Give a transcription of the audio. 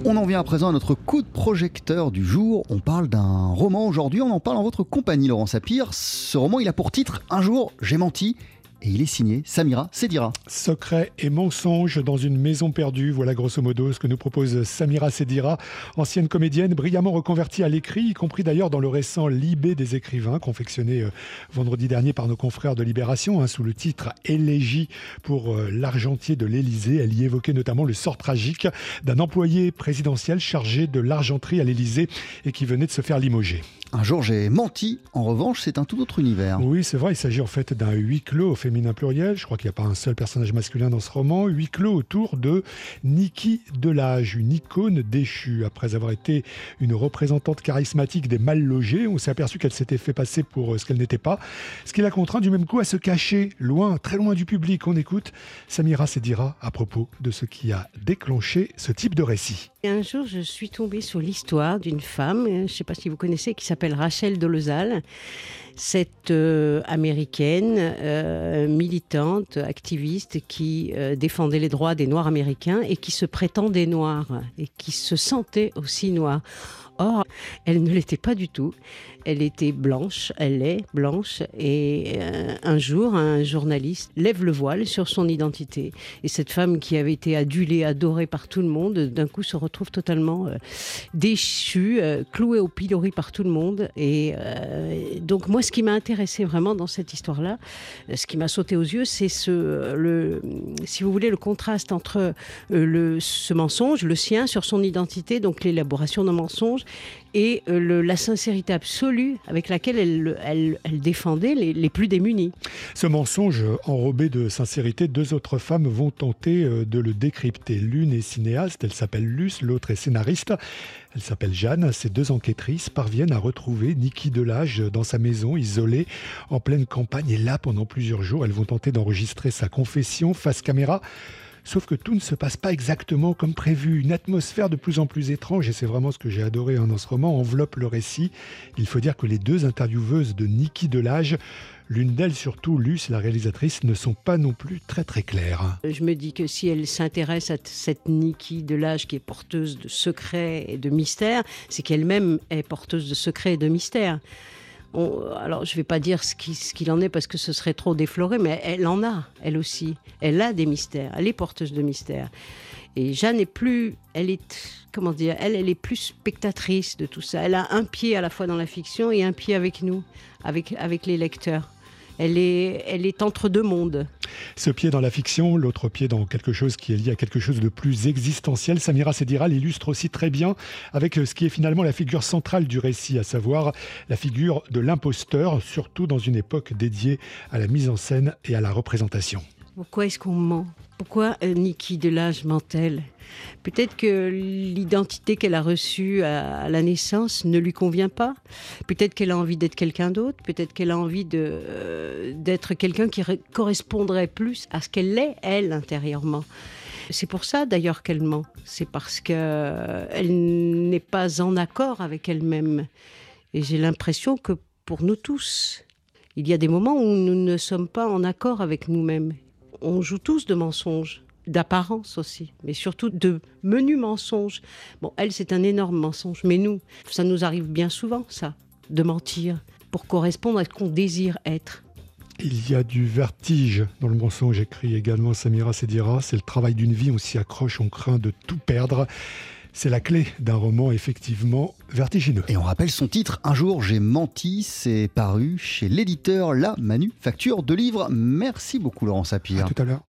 On en vient à présent à notre coup de projecteur du jour. On parle d'un roman aujourd'hui, on en parle en votre compagnie, Laurent Sapir. Ce roman, il a pour titre « Un jour, j'ai menti ». Et il est signé Samira Sedira. Secrets et mensonges dans une maison perdue. Voilà grosso modo ce que nous propose Samira Sedira, ancienne comédienne brillamment reconvertie à l'écrit, y compris d'ailleurs dans le récent Libé des écrivains, confectionné vendredi dernier par nos confrères de Libération, sous le titre Élégie pour l'argentier de l'Élysée. Elle y évoquait notamment le sort tragique d'un employé présidentiel chargé de l'argenterie à l'Élysée et qui venait de se faire limoger. Un jour, j'ai menti. En revanche, c'est un tout autre univers. Oui, c'est vrai, il s'agit en fait d'un huis clos au féminin pluriel. Je crois qu'il n'y a pas un seul personnage masculin dans ce roman. Huis clos autour de Niki Delage, une icône déchue. Après avoir été une représentante charismatique des mal logés, on s'est aperçu qu'elle s'était fait passer pour ce qu'elle n'était pas. Ce qui l'a contraint du même coup à se cacher, loin, très loin du public. On écoute Samira Sedira à propos de ce qui a déclenché ce type de récit. Un jour, je suis tombée sur l'histoire d'une femme, je ne sais pas si vous connaissez, qui s'appelle Rachel Dolezal. Cette américaine, militante, activiste, qui défendait les droits des Noirs américains et qui se prétendait noire et qui se sentait aussi noire. Or, elle ne l'était pas du tout. Elle était blanche, elle est blanche. Et un jour, un journaliste lève le voile sur son identité. Et cette femme qui avait été adulée, adorée par tout le monde, d'un coup se retrouve totalement déchue, clouée au pilori par tout le monde. Et donc moi, ce qui m'a intéressée vraiment dans cette histoire-là, ce qui m'a sauté aux yeux, c'est si vous voulez, le contraste entre ce mensonge, le sien, sur son identité, donc l'élaboration d'un mensonge, et la sincérité absolue avec laquelle elle défendait les plus démunis. Ce mensonge enrobé de sincérité, deux autres femmes vont tenter de le décrypter. L'une est cinéaste, elle s'appelle Luce, l'autre est scénariste. Elle s'appelle Jeanne. Ces deux enquêtrices parviennent à retrouver Niki Delage dans sa maison, isolée, en pleine campagne. Et là, pendant plusieurs jours, elles vont tenter d'enregistrer sa confession face caméra. Sauf que tout ne se passe pas exactement comme prévu. Une atmosphère de plus en plus étrange, et c'est vraiment ce que j'ai adoré dans ce roman, enveloppe le récit. Il faut dire que les deux intervieweuses de Niki Delage, l'une d'elles surtout, Luce, la réalisatrice, ne sont pas non plus très très claires. Je me dis que si elle s'intéresse à cette Niki Delage qui est porteuse de secrets et de mystères, c'est qu'elle-même est porteuse de secrets et de mystères. Alors, je ne vais pas dire ce qu'il en est parce que ce serait trop défloré, mais elle en a, elle aussi. Elle a des mystères, elle est porteuse de mystères. Et Jeanne est plus, elle est plus spectatrice de tout ça. Elle a un pied à la fois dans la fiction et un pied avec nous, avec les lecteurs. Elle est entre deux mondes. Ce pied dans la fiction, l'autre pied dans quelque chose qui est lié à quelque chose de plus existentiel. Samira Sedira l'illustre aussi très bien avec ce qui est finalement la figure centrale du récit, à savoir la figure de l'imposteur, surtout dans une époque dédiée à la mise en scène et à la représentation. Pourquoi est-ce qu'on ment ? Pourquoi Niki Delage ment-elle ? Peut-être que l'identité qu'elle a reçue à la naissance ne lui convient pas. Peut-être qu'elle a envie d'être quelqu'un d'autre. Peut-être qu'elle a envie d'être quelqu'un qui correspondrait plus à ce qu'elle est, elle, intérieurement. C'est pour ça, d'ailleurs, qu'elle ment. C'est parce qu'elle n'est pas en accord avec elle-même. Et j'ai l'impression que pour nous tous, il y a des moments où nous ne sommes pas en accord avec nous-mêmes. On joue tous de mensonges, d'apparence aussi, mais surtout de menus mensonges. Bon, elle, c'est un énorme mensonge, mais nous, ça nous arrive bien souvent, ça, de mentir pour correspondre à ce qu'on désire être. Il y a du vertige dans le mensonge, écrit également Samira Sedira. C'est le travail d'une vie, on s'y accroche, on craint de tout perdre. C'est la clé d'un roman effectivement vertigineux. Et on rappelle son titre, Un jour j'ai menti, c'est paru chez l'éditeur La Manufacture de Livres. Merci beaucoup Laurent Sapir. À tout à l'heure.